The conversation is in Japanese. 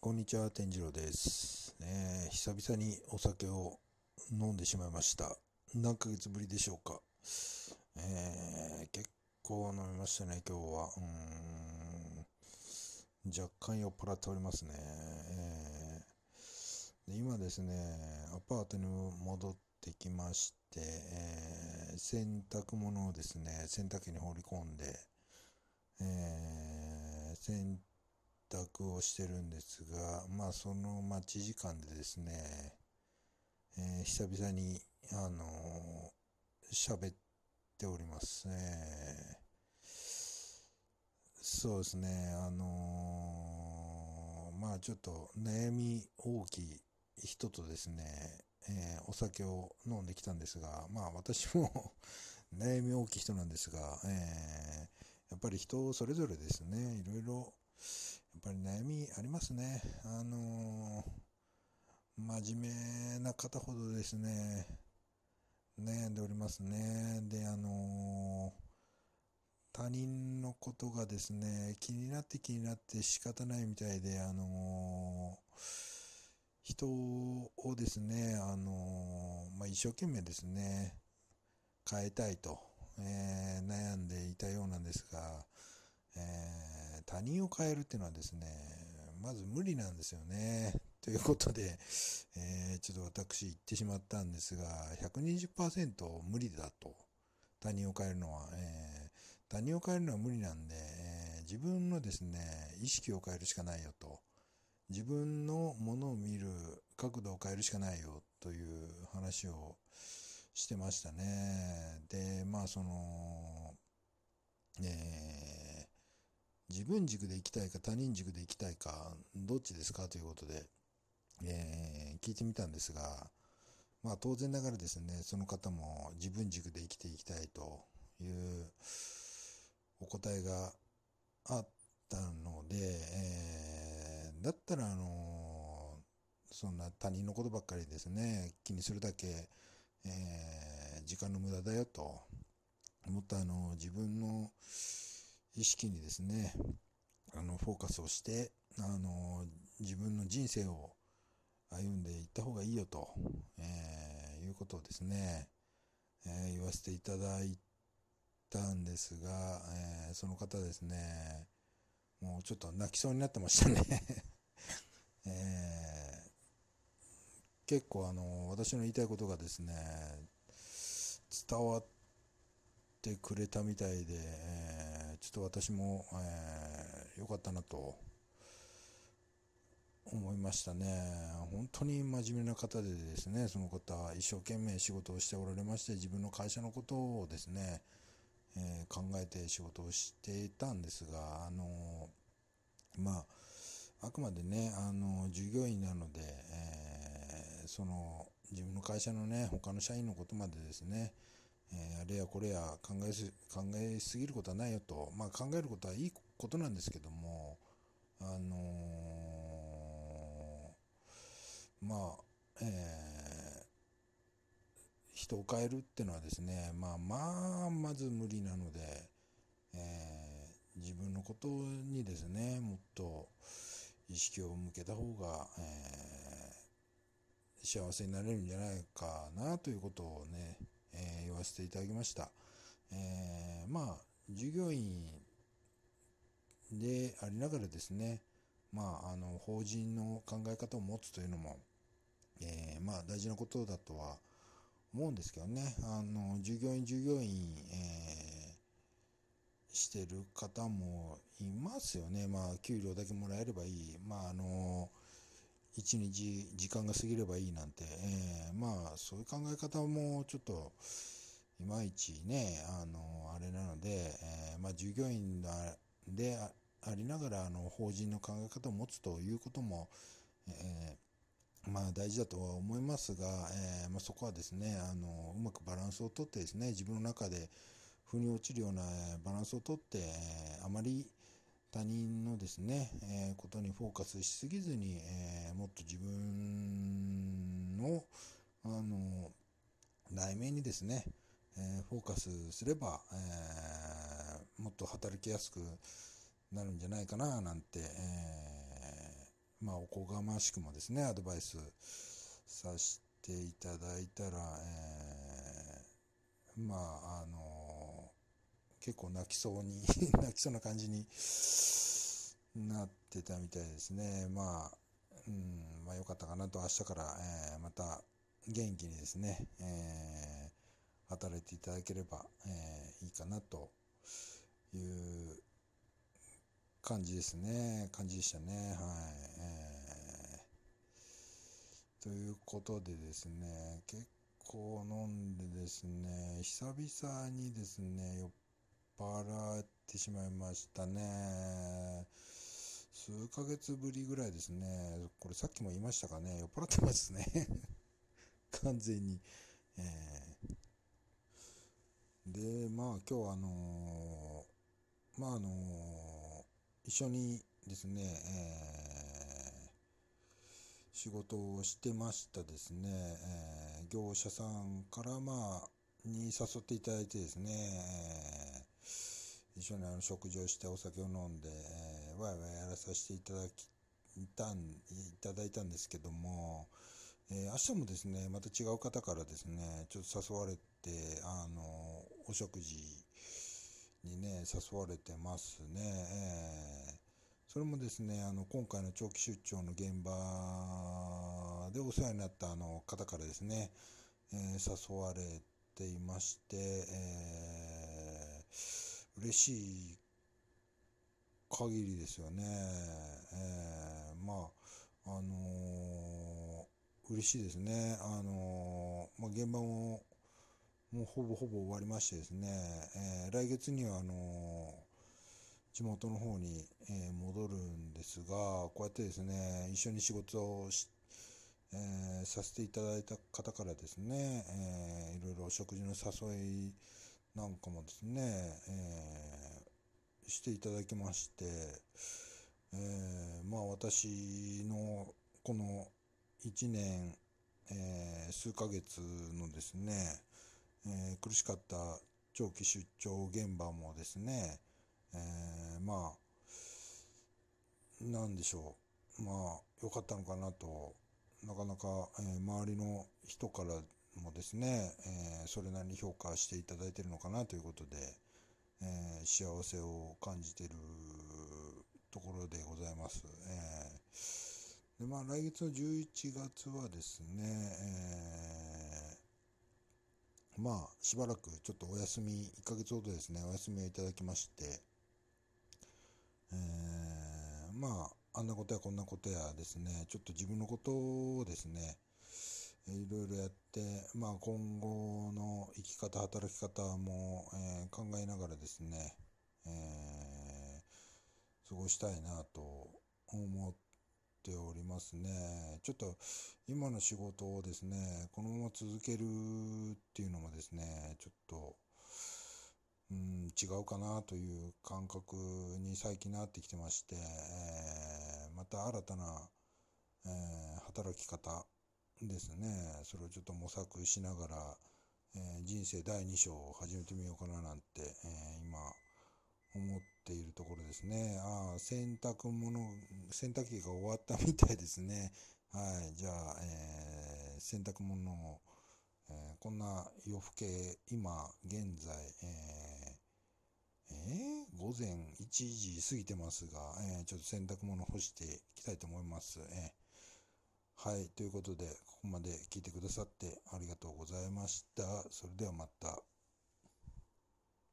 こんにちは、天次郎です。久々にお酒を飲んでしまいました。何ヶ月ぶりでしょうか。結構飲みましたね、今日は。若干酔っ払っておりますね。で今ですね、アパートに戻ってきまして、洗濯物をですね、洗濯機に放り込んで、洗濯をしてるんですが、その待ち時間でですね、久々に、喋っておりますね。そうですね、ちょっと悩み大きい人とですね、お酒を飲んできたんですが、私も悩み大きい人なんですが、やっぱり人それぞれですね、いろいろやっぱり悩みありますね。真面目な方ほどですね、悩んでおりますね。で、他人のことがですね、気になって仕方ないみたいで、人をですね、一生懸命ですね、変えたいと、悩んでいたようなんですが、他人を変えるっていうのはですね、まず無理なんですよね。ということで、ちょっと私言ってしまったんですが、120%無理だと。他人を変えるのは、他人を変えるのは無理なんで、自分のですね、意識を変えるしかないよと。自分のものを見る角度を変えるしかないよという話をしてましたね。で、えー自分軸で生きたいか他人軸で生きたいかどっちですかということで、聞いてみたんですが、当然ながらですね、その方も自分軸で生きていきたいというお答えがあったので、だったらそんな他人のことばっかりですね、気にするだけ、時間の無駄だよと、もっと自分の意識にですね、フォーカスをして、自分の人生を歩んでいった方がいいよと、いうことをですね、言わせていただいたんですが、その方ですね、もうちょっと泣きそうになってましたね。え結構私の言いたいことがですね、伝わってくれたみたいで、ちょっと私も、良かったなと思いましたね。本当に真面目な方でですね、その方、一生懸命仕事をしておられまして、自分の会社のことをですね、考えて仕事をしていたんですが、あくまでね、従業員なので、自分の会社のね、他の社員のことまでですね、あれやこれや考えすぎることはないよと、考えることはいいことなんですけども、あのまあ、人を変えるっていうのはですね、まず無理なので、自分のことにですね、もっと意識を向けた方が、幸せになれるんじゃないかなということをね、言わせていただきました。従業員でありながらですね、法人の考え方を持つというのも、大事なことだとは思うんですけどね、従業員、してる方もいますよね。給料だけもらえればいい。一日時間が過ぎればいいなんて、そういう考え方もちょっといまいちね、あれなので、従業員でありながら法人の考え方を持つということも、大事だとは思いますが、そこはですね、うまくバランスをとってですね、自分の中で腑に落ちるようなバランスをとって、あまり他人のですね、ことにフォーカスしすぎずに、もっと自分の、内面にですね、フォーカスすれば、もっと働きやすくなるんじゃないかななんて、 おこがましくもですね、アドバイスさせていただいたら、結構泣きそうに泣きそうな感じになってたみたいですね。良かったかなと。明日から、また元気にですね、働いていただければ、いいかなという感じでしたね。はい。ということでですね、結構飲んでですね、久々にですね、酔っ払ってしまいましたね。数ヶ月ぶりぐらいですね。これさっきも言いましたかね、酔っ払ってますね。完全に。で、今日は一緒にですね、仕事をしてましたですね、業者さんからに誘っていただいてですね、一緒に食事をしてお酒を飲んで、ワイワイやらさせていただいたんですけども、明日もですね、また違う方からですね、ちょっと誘われて、お食事にね、誘われてますね。それもですね、今回の長期出張の現場でお世話になった方からですね、誘われていまして、嬉しい限りですよね。嬉しいですね。現場もうほぼほぼ終わりましてですね、来月には地元の方に、戻るんですが、こうやってですね、一緒に仕事をさせていただいた方からですね、いろいろお食事の誘いなんかもですね、していただきまして、私のこの1年、数ヶ月のですね、苦しかった長期出張現場もですね、えなんでしょう、良かったのかなと、なかなか、周りの人からもですね、それなりに評価していただいているのかなということで、幸せを感じているところでございます。来月の11月はですね、しばらくちょっとお休み、1ヶ月ほどですね、お休みをいただきまして、あんなことやこんなことやですね、ちょっと自分のことをですね、いろいろやって、今後の生き方、働き方も、考えながらですね、過ごしたいなと思っておりますね。ちょっと今の仕事をですね、このまま続けるっていうのもですね、ちょっと、違うかなという感覚に最近なってきてまして、また新たな、働き方ですね、それをちょっと模索しながら、人生第2章を始めてみようかななんて、今思っているところですね。洗濯機が終わったみたいですね。はい、じゃあ、洗濯物を、こんな夜更け、今現在、午前1時過ぎてますが、ちょっと洗濯物干していきたいと思います。はい、ということで、ここまで聞いてくださってありがとうございました。それではまた。